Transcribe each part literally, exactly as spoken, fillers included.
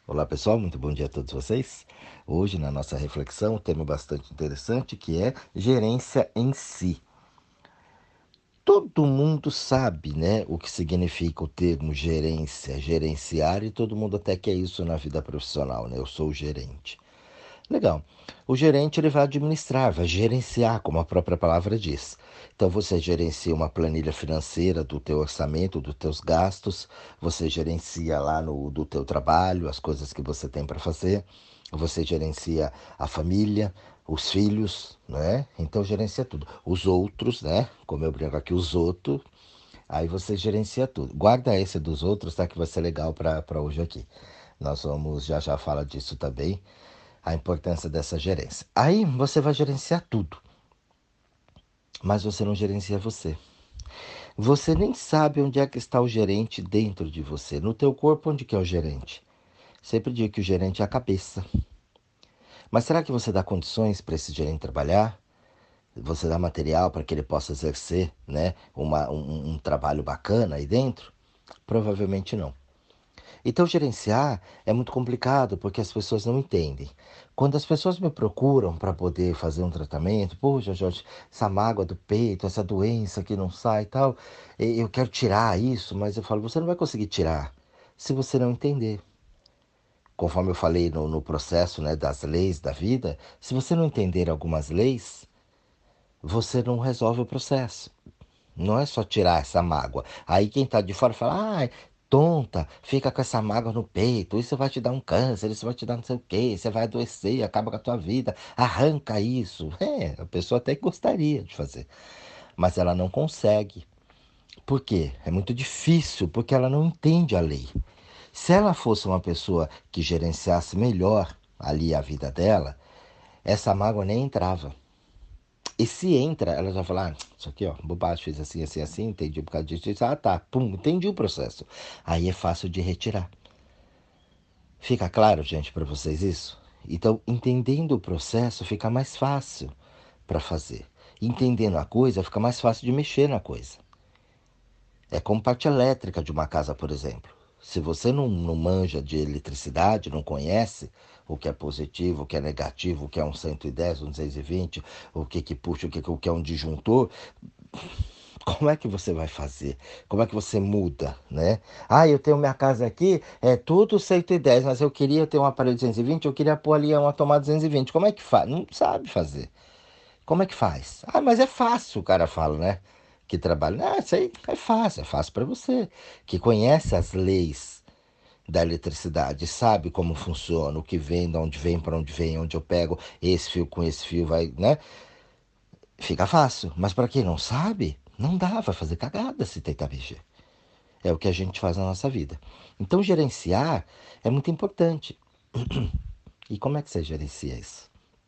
Olá pessoal, muito bom dia a todos vocês. Hoje na nossa reflexão, um tema bastante interessante que é gerência em si. Todo mundo sabe, né, o que significa o termo gerência, gerenciar, e todo mundo até quer isso na vida profissional, né? Eu sou o gerente. Legal. O gerente ele vai administrar, vai gerenciar, como a própria palavra diz. Então você gerencia uma planilha financeira do teu orçamento, dos teus gastos, você gerencia lá no do teu trabalho, as coisas que você tem para fazer, você gerencia a família, os filhos, né? Então gerencia tudo. Os outros, né? Como eu brinco aqui, os outros, aí você gerencia tudo. Guarda esse dos outros, tá? Que vai ser legal para hoje aqui. Nós vamos já já falar disso também, a importância dessa gerência. Aí você vai gerenciar tudo, mas você não gerencia você. Você nem sabe onde é que está o gerente dentro de você. No teu corpo, onde que é o gerente? Sempre digo que o gerente é a cabeça. Mas será que você dá condições para esse gerente trabalhar? Você dá material para que ele possa exercer, né, uma, um, um trabalho bacana aí dentro? Provavelmente não. Então, gerenciar é muito complicado porque as pessoas não entendem. Quando as pessoas me procuram para poder fazer um tratamento, poxa, Jorge, essa mágoa do peito, essa doença que não sai e tal, eu quero tirar isso, mas eu falo, você não vai conseguir tirar se você não entender. Conforme eu falei no, no processo, né, das leis da vida, se você não entender algumas leis, você não resolve o processo. Não é só tirar essa mágoa. Aí quem tá de fora fala, ai, tonta, fica com essa mágoa no peito, isso vai te dar um câncer, isso vai te dar não sei o quê, você vai adoecer, acaba com a tua vida, arranca isso. É, a pessoa até gostaria de fazer, mas ela não consegue. Por quê? É muito difícil, porque ela não entende a lei. Se ela fosse uma pessoa que gerenciasse melhor ali a vida dela, essa mágoa nem entrava. E se entra, ela já fala, ah, isso aqui, ó, bobagem, fez assim, assim, assim, entendi por causa disso, disso. Ah, tá, pum, entendi o processo. Aí é fácil de retirar. Fica claro, gente, para vocês isso? Então, entendendo o processo, fica mais fácil para fazer. Entendendo a coisa, fica mais fácil de mexer na coisa. É como parte elétrica de uma casa, por exemplo. Se você não, não manja de eletricidade, não conhece o que é positivo, o que é negativo, o que é um cento e dez, um duzentos e vinte, o que que puxa, o que, o que é um disjuntor, como é que você vai fazer? Como é que você muda, né? Ah, eu tenho minha casa aqui, é tudo cento e dez, mas eu queria ter um aparelho duzentos e vinte, eu queria pôr ali uma tomada duzentos e vinte. Como é que faz? Não sabe fazer. Como é que faz? Ah, mas é fácil, o cara fala, né? Que trabalha. Ah, isso aí é fácil, é fácil para você, que conhece as leis da eletricidade, sabe como funciona, o que vem, de onde vem, para onde vem, onde eu pego esse fio com esse fio, vai, né? Fica fácil. Mas para quem não sabe, não dá, vai fazer cagada se tentar mexer. É o que a gente faz na nossa vida. Então, gerenciar é muito importante. E como é que você gerencia isso?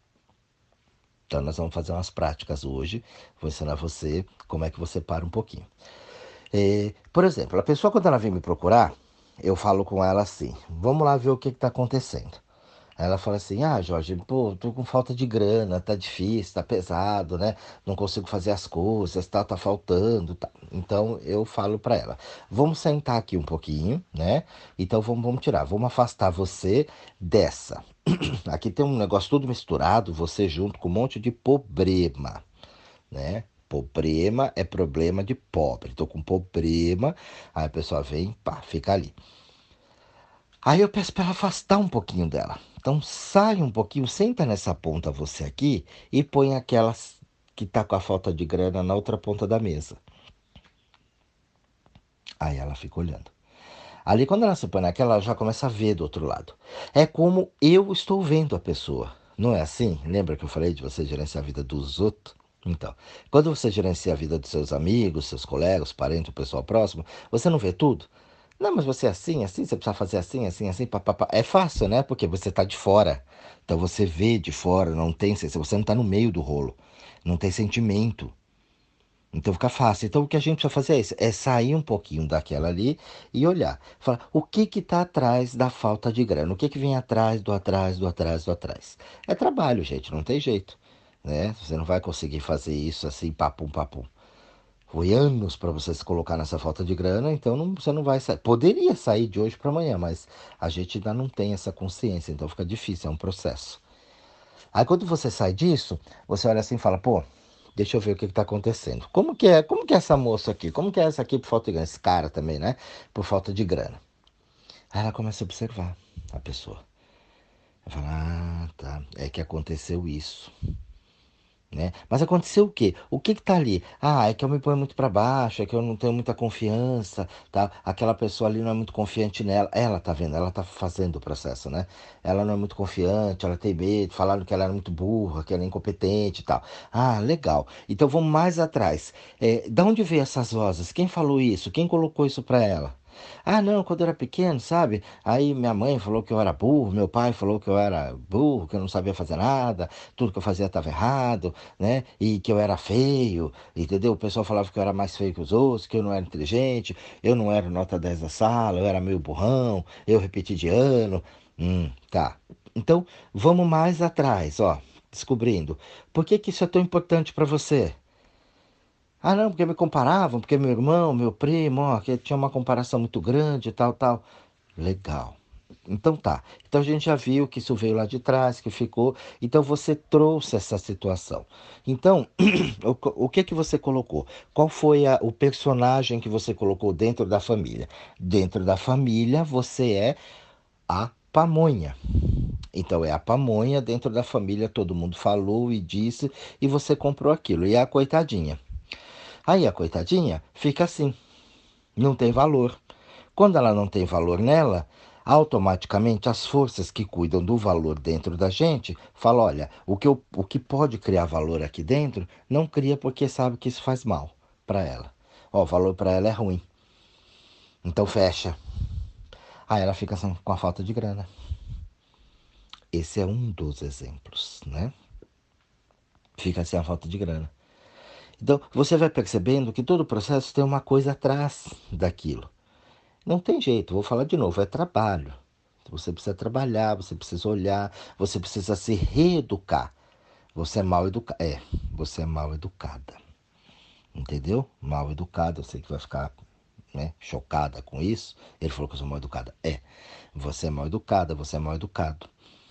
Então, nós vamos fazer umas práticas hoje. Vou ensinar você como é que você para um pouquinho. É, por exemplo, a pessoa, quando ela vem me procurar, eu falo com ela assim: vamos lá ver o que está acontecendo. Aí ela fala assim: ah, Jorge, pô, tô com falta de grana, tá difícil, tá pesado, né? Não consigo fazer as coisas, tá, tá faltando, tá. Então eu falo pra ela: vamos sentar aqui um pouquinho, né? Então vamos, vamos tirar, vamos afastar você dessa. Aqui tem um negócio tudo misturado, você junto com um monte de problema, né? Problema é problema de pobre. Tô com problema, aí a pessoa vem, pá, fica ali. Aí eu peço para ela afastar um pouquinho dela. Então sai um pouquinho, senta nessa ponta você aqui e põe aquelas que tá com a falta de grana na outra ponta da mesa. Aí ela fica olhando. Ali quando ela se põe naquela, ela já começa a ver do outro lado. É como eu estou vendo a pessoa. Não é assim? Lembra que eu falei de você gerenciar a vida dos outros? Então, quando você gerencia a vida dos seus amigos, seus colegas, parentes, o pessoal próximo, você não vê tudo? Não, mas você é assim, assim, você precisa fazer assim, assim, assim, papapá. É fácil, né? Porque você está de fora. Então você vê de fora, não tem, você não está no meio do rolo. Não tem sentimento. Então fica fácil. Então o que a gente precisa fazer é isso, é sair um pouquinho daquela ali e olhar. Falar, o que que está atrás da falta de grana? O que que vem atrás, do atrás, do atrás, do atrás? É trabalho, gente, não tem jeito, né? Você não vai conseguir fazer isso assim, papum, papum. Foi anos para você se colocar nessa falta de grana, então não, você não vai sair. Poderia sair de hoje para amanhã, mas a gente ainda não tem essa consciência, então fica difícil, é um processo. Aí quando você sai disso, você olha assim e fala, pô, deixa eu ver o que está acontecendo. Como que é? Como que é essa moça aqui? Como que é essa aqui por falta de grana? Esse cara também, né? Por falta de grana. Aí ela começa a observar a pessoa. Ela fala, ah, tá, é que aconteceu isso. Né? Mas aconteceu o quê? O que que tá ali? Ah, é que eu me ponho muito para baixo, é que eu não tenho muita confiança, tá? Aquela pessoa ali não é muito confiante nela. Ela tá vendo, ela tá fazendo o processo, né? Ela não é muito confiante, ela tem medo, falaram que ela era muito burra, que ela é incompetente e tal. Ah, legal. Então vamos mais atrás. É, da onde veio essas vozes? Quem falou isso? Quem colocou isso para ela? Ah, não, quando eu era pequeno, sabe? Aí minha mãe falou que eu era burro, meu pai falou que eu era burro, que eu não sabia fazer nada, tudo que eu fazia estava errado, né? E que eu era feio, entendeu? O pessoal falava que eu era mais feio que os outros, que eu não era inteligente, eu não era nota dez da sala, eu era meio burrão, eu repeti de ano. Hum, tá. Então, vamos mais atrás, ó, descobrindo. Por que que isso é tão importante para você? Ah, não, porque me comparavam, porque meu irmão, meu primo, ó, que tinha uma comparação muito grande e tal, tal. Legal. Então tá. Então a gente já viu que isso veio lá de trás, que ficou. Então você trouxe essa situação. Então, o, co- o que que você colocou? Qual foi a- o personagem que você colocou dentro da família? Dentro da família, você é a pamonha. Então é a pamonha dentro da família, todo mundo falou e disse, e você comprou aquilo. E é a coitadinha. Aí a coitadinha fica assim, não tem valor. Quando ela não tem valor nela, automaticamente as forças que cuidam do valor dentro da gente falam: olha, o que, eu- o que pode criar valor aqui dentro, não cria porque sabe que isso faz mal para ela. Ó, o valor para ela é ruim. Então fecha. Aí ela fica assim, com a falta de grana. Esse é um dos exemplos, né? Fica sem a falta de grana. Então você vai percebendo que todo o processo tem uma coisa atrás daquilo. Não tem jeito, vou falar de novo, é trabalho. Você precisa trabalhar, você precisa olhar, você precisa se reeducar. Você é mal educada. É, você é mal educada. Entendeu? Mal educada, eu sei que vai ficar, né, chocada com isso. Ele falou que eu sou mal educada. É, você é mal educada, você é mal educado.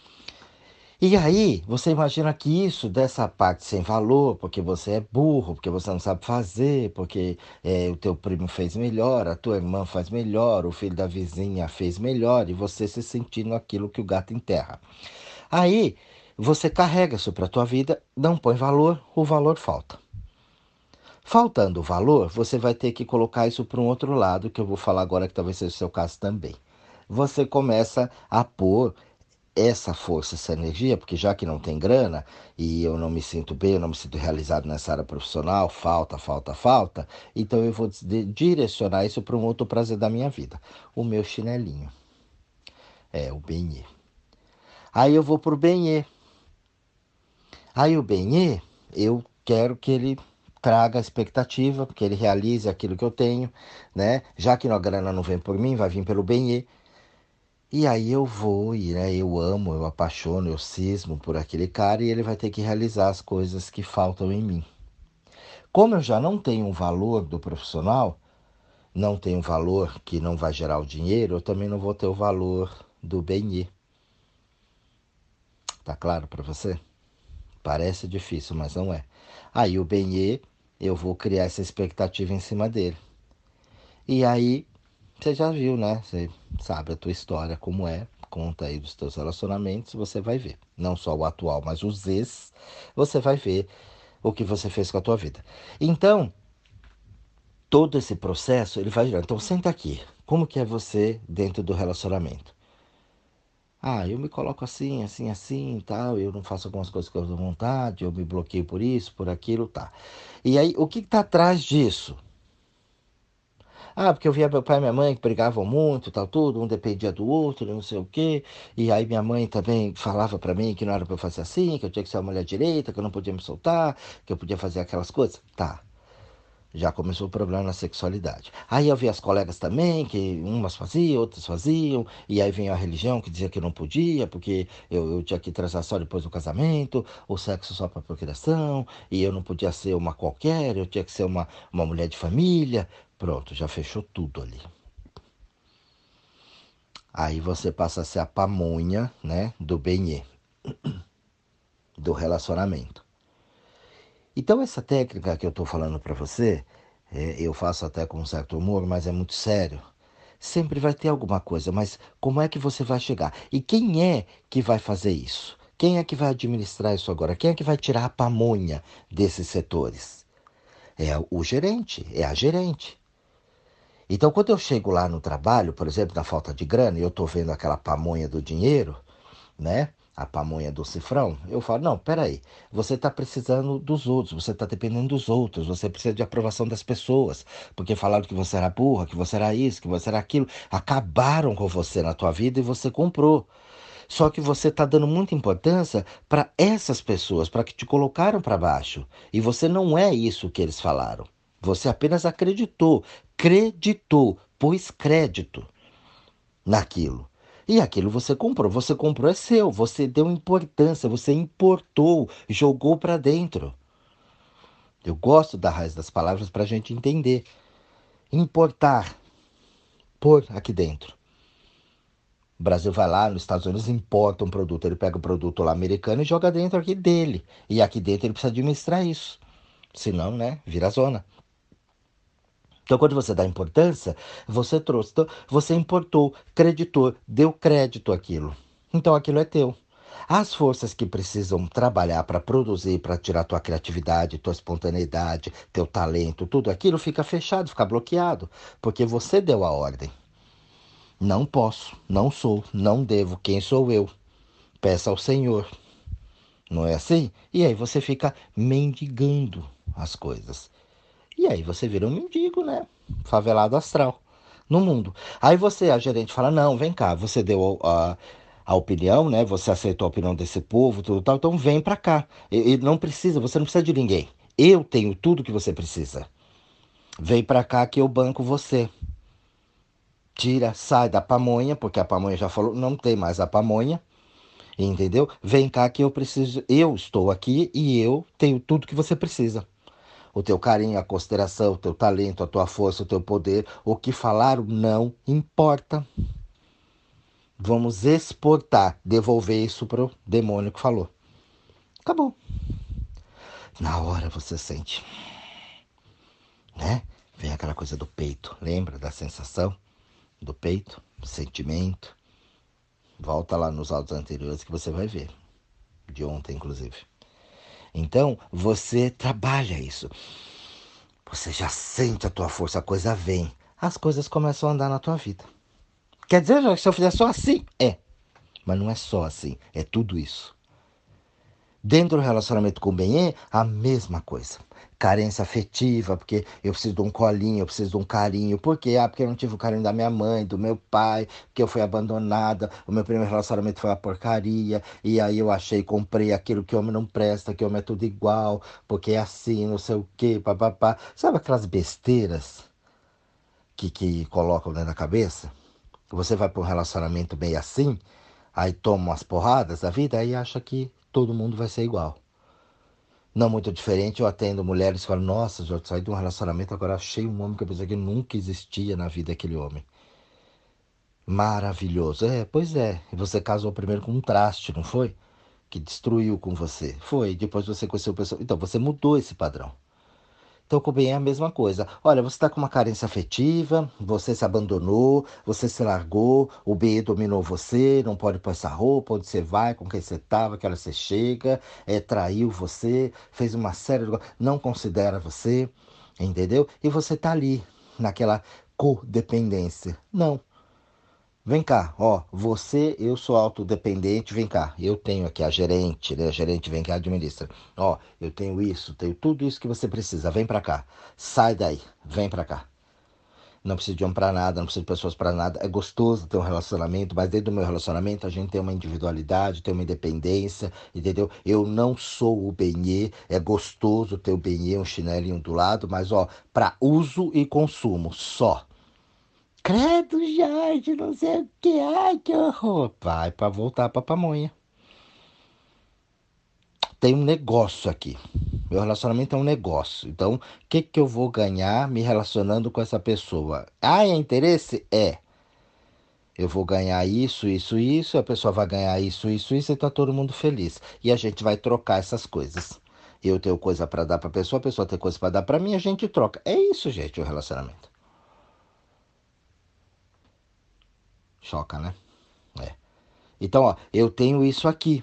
E aí, você imagina que isso, dessa parte sem valor, porque você é burro, porque você não sabe fazer, porque é, o teu primo fez melhor, a tua irmã faz melhor, o filho da vizinha fez melhor, e você se sentindo aquilo que o gato enterra. Aí, você carrega isso para a tua vida, não põe valor, o valor falta. Faltando o valor, você vai ter que colocar isso para um outro lado, que eu vou falar agora, que talvez seja o seu caso também. Você começa a pôr essa força, essa energia, porque já que não tem grana e eu não me sinto bem, eu não me sinto realizado nessa área profissional, falta, falta, falta, então eu vou direcionar isso para um outro prazer da minha vida, o meu chinelinho, é o benê. Aí eu vou pro benê. Aí o benê, eu quero que ele traga a expectativa, que ele realize aquilo que eu tenho, né? Já que a grana não vem por mim, vai vir pelo benê. E aí eu vou, e né, eu amo, eu apaixono, eu cismo por aquele cara e ele vai ter que realizar as coisas que faltam em mim. Como eu já não tenho um valor do profissional, não tenho um valor que não vai gerar o dinheiro, eu também não vou ter o valor do bem. Tá claro para você? Parece difícil, mas não é. Aí o bem eu vou criar essa expectativa em cima dele. E aí, você já viu, né? Você sabe a tua história como é. Conta aí dos teus relacionamentos, você vai ver. Não só o atual, mas os ex, você vai ver o que você fez com a tua vida. Então, todo esse processo, ele vai girando. Então, senta aqui. Como que é você dentro do relacionamento? Ah, eu me coloco assim, assim, assim, tal. Eu não faço algumas coisas que eu dou vontade. Eu me bloqueio por isso, por aquilo, tá. E aí, o que está atrás disso? Ah, porque eu via meu pai e minha mãe que brigavam muito, tal, tudo, um dependia do outro, não sei o quê. E aí minha mãe também falava pra mim que não era pra eu fazer assim, que eu tinha que ser uma mulher direita, que eu não podia me soltar, que eu podia fazer aquelas coisas. Tá. Já começou o problema na sexualidade. Aí eu vi as colegas também, que umas faziam, outras faziam, e aí vinha a religião que dizia que não podia, porque eu, eu tinha que transar só depois do casamento, o sexo só para procriação, e eu não podia ser uma qualquer, eu tinha que ser uma, uma mulher de família. Pronto, já fechou tudo ali. Aí você passa a ser a pamonha, né, do benê, do relacionamento. Então essa técnica que eu estou falando para você, é, eu faço até com um certo humor, mas é muito sério. Sempre vai ter alguma coisa, mas como é que você vai chegar? E quem é que vai fazer isso? Quem é que vai administrar isso agora? Quem é que vai tirar a pamonha desses setores? É o gerente, é a gerente. Então, quando eu chego lá no trabalho, por exemplo, na falta de grana, e eu estou vendo aquela pamonha do dinheiro, né? A pamonha do cifrão, eu falo, não, peraí, você está precisando dos outros, você está dependendo dos outros, você precisa de aprovação das pessoas, porque falaram que você era burra, que você era isso, que você era aquilo, acabaram com você na tua vida e você comprou. Só que você está dando muita importância para essas pessoas, para que te colocaram para baixo. E você não é isso que eles falaram. Você apenas acreditou, creditou, pôs crédito naquilo. E aquilo você comprou. Você comprou é seu. Você deu importância. Você importou, jogou para dentro. Eu gosto da raiz das palavras para a gente entender. Importar, pôr aqui dentro. O Brasil vai lá nos Estados Unidos, importa um produto. Ele pega o produto lá americano e joga dentro aqui dele. E aqui dentro ele precisa administrar isso. Senão, né, vira zona. Então, quando você dá importância, você trouxe, então, você importou, creditou, deu crédito àquilo. Então, aquilo é teu. As forças que precisam trabalhar para produzir, para tirar tua criatividade, tua espontaneidade, teu talento, tudo aquilo fica fechado, fica bloqueado, porque você deu a ordem. Não posso, não sou, não devo. Quem sou eu? Peça ao Senhor. Não é assim? E aí você fica mendigando as coisas. E aí você vira um mendigo, né? Favelado astral no mundo. Aí você, a gerente, fala: não, vem cá, você deu a, a opinião, né? Você aceitou a opinião desse povo, tudo tal, então vem pra cá. E, e não precisa, você não precisa de ninguém. Eu tenho tudo que você precisa. Vem pra cá que eu banco você. Tira, sai da pamonha, porque a pamonha já falou, não tem mais a pamonha, entendeu? Vem cá que eu preciso, eu estou aqui e eu tenho tudo que você precisa. O teu carinho, a consideração, o teu talento, a tua força, o teu poder, o que falaram não importa. Vamos exportar, devolver isso pro demônio que falou. Acabou. Na hora você sente, né? Vem aquela coisa do peito, lembra da sensação do peito, sentimento? Volta lá nos áudios anteriores que você vai ver, de ontem inclusive. Então, você trabalha isso. Você já sente a tua força, a coisa vem. As coisas começam a andar na tua vida. Quer dizer, que se eu fizer só assim? É. Mas não é só assim, é tudo isso. Dentro do relacionamento com o bem a mesma coisa. Carência afetiva, porque eu preciso de um colinho, eu preciso de um carinho. Por quê? Ah, porque eu não tive o carinho da minha mãe, do meu pai, porque eu fui abandonada, o meu primeiro relacionamento foi uma porcaria, e aí eu achei, comprei aquilo que homem não presta, que homem é tudo igual, porque é assim, não sei o quê, papapá. Sabe aquelas besteiras que, que colocam dentro da cabeça? Você vai para um relacionamento meio assim, aí toma umas porradas da vida, aí acha que todo mundo vai ser igual. Não muito diferente, eu atendo mulheres que falam: nossa, já saí de um relacionamento, agora achei um homem que eu pensei que nunca existia na vida daquele homem. Maravilhoso. É, pois é. E você casou primeiro com um traste, não foi? Que destruiu com você. Foi. Depois você conheceu o pessoal. Então você mudou esse padrão. Então, com o bem é a mesma coisa. Olha, você está com uma carência afetiva, você se abandonou, você se largou, o B dominou você, não pode pôr essa roupa, onde você vai, com quem você estava, que hora você chega, é, traiu você, fez uma série de coisas, não considera você, entendeu? E você tá ali, naquela codependência. Não. Vem cá, ó, você, eu sou autodependente, vem cá, eu tenho aqui a gerente, né? A gerente vem cá, administra. Ó, eu tenho isso, tenho tudo isso que você precisa, vem pra cá. Sai daí, vem pra cá. não preciso de homem pra nada, não preciso de pessoas pra nada. É gostoso ter um relacionamento, mas dentro do meu relacionamento a gente tem uma individualidade, tem uma independência, entendeu? Eu não sou o benê, é gostoso ter o benê, um chinelinho do lado, mas ó, pra uso e consumo, só. Credo, Jorge, não sei o que, ai, que horror. Vai pra voltar pra pamonha. Tem um negócio aqui. Meu relacionamento é um negócio. Então, o que que eu vou ganhar me relacionando com essa pessoa? Ah, é interesse? É. Eu vou ganhar isso, isso, isso, a pessoa vai ganhar isso, isso, isso, e tá todo mundo feliz. E a gente vai trocar essas coisas. Eu tenho coisa pra dar pra pessoa, a pessoa tem coisa pra dar pra mim, a gente troca. É isso, gente, o relacionamento. Choca, né? É. Então, ó, eu tenho isso aqui.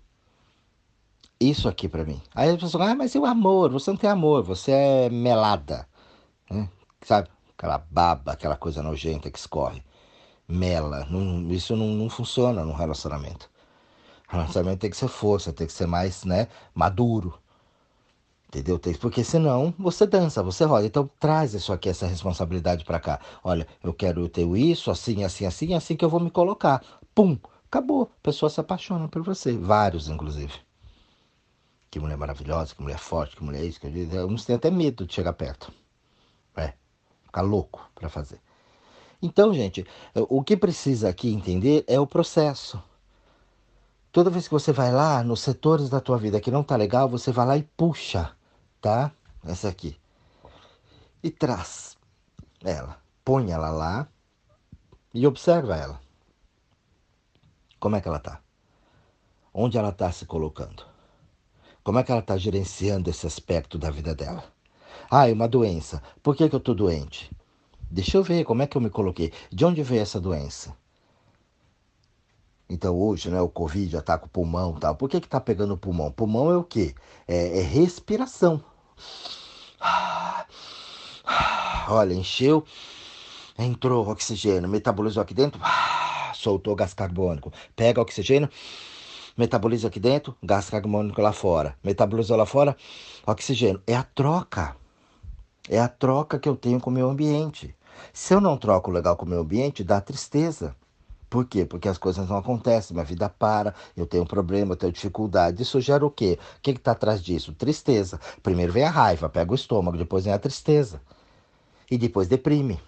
Isso aqui pra mim. Aí a pessoa fala, ah, mas e o amor? Você não tem amor, você é melada, né? Sabe? Aquela baba, aquela coisa nojenta que escorre. Mela. Não- isso não, não funciona num relacionamento. Relacionamento tem que ser força, tem que ser mais, né, maduro. Entendeu? Tem- Porque senão você dança, você roda. Então traz isso aqui, essa responsabilidade pra cá. Olha, eu quero ter isso, assim, assim, assim, assim que eu vou me colocar. Pum! Acabou. A pessoa se apaixona por você. Vários, inclusive. Que mulher maravilhosa, que mulher forte, que mulher isso, que eu uns têm até medo de chegar perto. É, ficar louco pra fazer. Então, gente, o que precisa aqui entender é o processo. Toda vez que você vai lá nos setores da tua vida que não tá legal, você vai lá e puxa, tá? Essa aqui. E traz ela. Põe ela lá e observa ela. Como é que ela tá? Onde ela tá se colocando? Como é que ela tá gerenciando esse aspecto da vida dela? Ah, é uma doença. Por que que eu tô doente? Deixa eu ver como é que eu me coloquei. De onde veio essa doença? Então hoje, né, o Covid ataca o pulmão e tal. Por que que tá pegando o pulmão? Pulmão é o quê? É, é respiração. Olha, encheu, entrou oxigênio, metabolizou aqui dentro, soltou gás carbônico. Pega oxigênio, metaboliza aqui dentro, gás carbônico lá fora. Metabolizou lá fora, oxigênio. É a troca. É a troca que eu tenho com o meu ambiente. Se eu não troco legal com o meu ambiente, dá tristeza. Por quê? Porque as coisas não acontecem, minha vida para, eu tenho um problema, eu tenho dificuldade. Isso gera o quê? O que está atrás disso? Tristeza. Primeiro vem a raiva, pega o estômago, depois vem a tristeza. E depois deprime.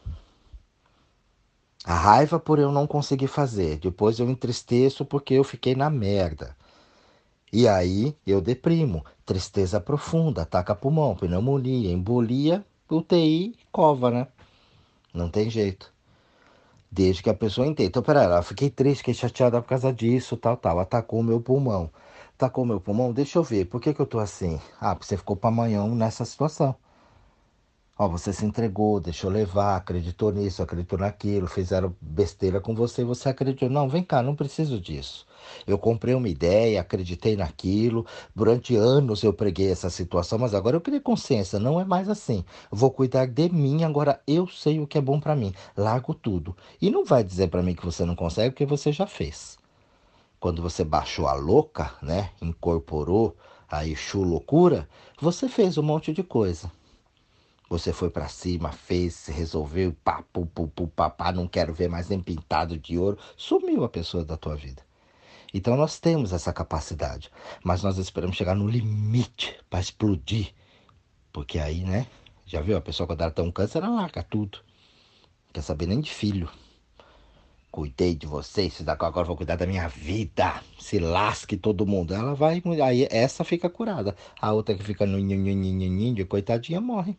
A raiva por eu não conseguir fazer. Depois eu entristeço porque eu fiquei na merda. E aí eu deprimo. Tristeza profunda, ataca pulmão, pneumonia, embolia, U T I, cova, né? Não tem jeito. Desde que a pessoa entenda. Então, peraí, eu fiquei triste, fiquei chateada por causa disso, tal, tal. Atacou o meu pulmão. Atacou o meu pulmão? Deixa eu ver. Por que que eu tô assim? Ah, porque você ficou pamanhão nessa situação. Ó, você se entregou, deixou levar, acreditou nisso, acreditou naquilo, fizeram besteira com você, você acreditou. Não, vem cá, não preciso disso. Eu comprei uma ideia, acreditei naquilo. Durante anos eu preguei essa situação, mas agora eu criei consciência, não é mais assim. Vou cuidar de mim, agora eu sei o que é bom pra mim. Largo tudo. E não vai dizer pra mim que você não consegue, porque você já fez. Quando você baixou a louca, né, incorporou a Exu loucura, você fez um monte de coisa. Você foi pra cima, fez, resolveu, pá, pu, pu, pu, pá, pá, não quero ver mais nem pintado de ouro. Sumiu a pessoa da tua vida. Então nós temos essa capacidade, mas nós esperamos chegar no limite para explodir. Porque aí, né? Já viu? A pessoa quando ela tem um câncer, ela larga tudo. Não quer saber nem de filho. Cuidei de vocês, agora vou cuidar da minha vida. Se lasque todo mundo. Ela vai, aí essa fica curada. A outra que fica no nhinhinhinhinhinho, coitadinha, morre.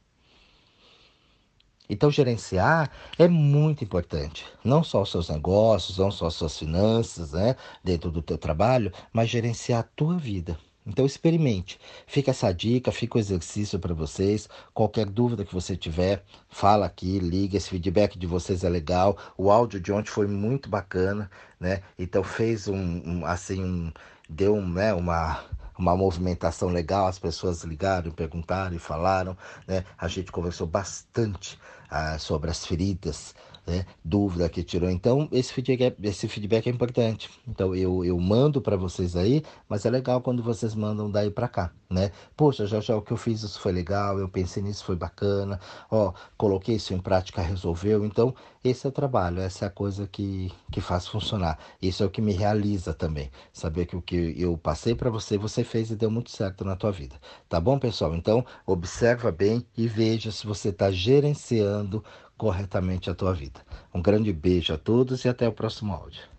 Então, gerenciar é muito importante. Não só os seus negócios, não só as suas finanças, né, dentro do teu trabalho, mas gerenciar a tua vida. Então, experimente. Fica essa dica, fica o exercício para vocês. Qualquer dúvida que você tiver, fala aqui, liga. Esse feedback de vocês é legal. O áudio de ontem foi muito bacana, né? Então, fez um, um assim, um, deu um, né, uma uma movimentação legal, as pessoas ligaram, perguntaram e falaram, né? A gente conversou bastante ah, sobre as feridas, né? Dúvida que tirou. Então, esse feedback, esse feedback é importante. Então, eu, eu mando para vocês aí, mas é legal quando vocês mandam daí para cá, né? Poxa, já já o que eu fiz isso foi legal, eu pensei nisso, foi bacana, ó, coloquei isso em prática, resolveu. Então, esse é o trabalho, essa é a coisa que, que faz funcionar. Isso é o que me realiza também. Saber que o que eu passei para você, você fez e deu muito certo na tua vida. Tá bom, pessoal? Então, observa bem e veja se você está gerenciando corretamente a tua vida. Um grande beijo a todos e até o próximo áudio.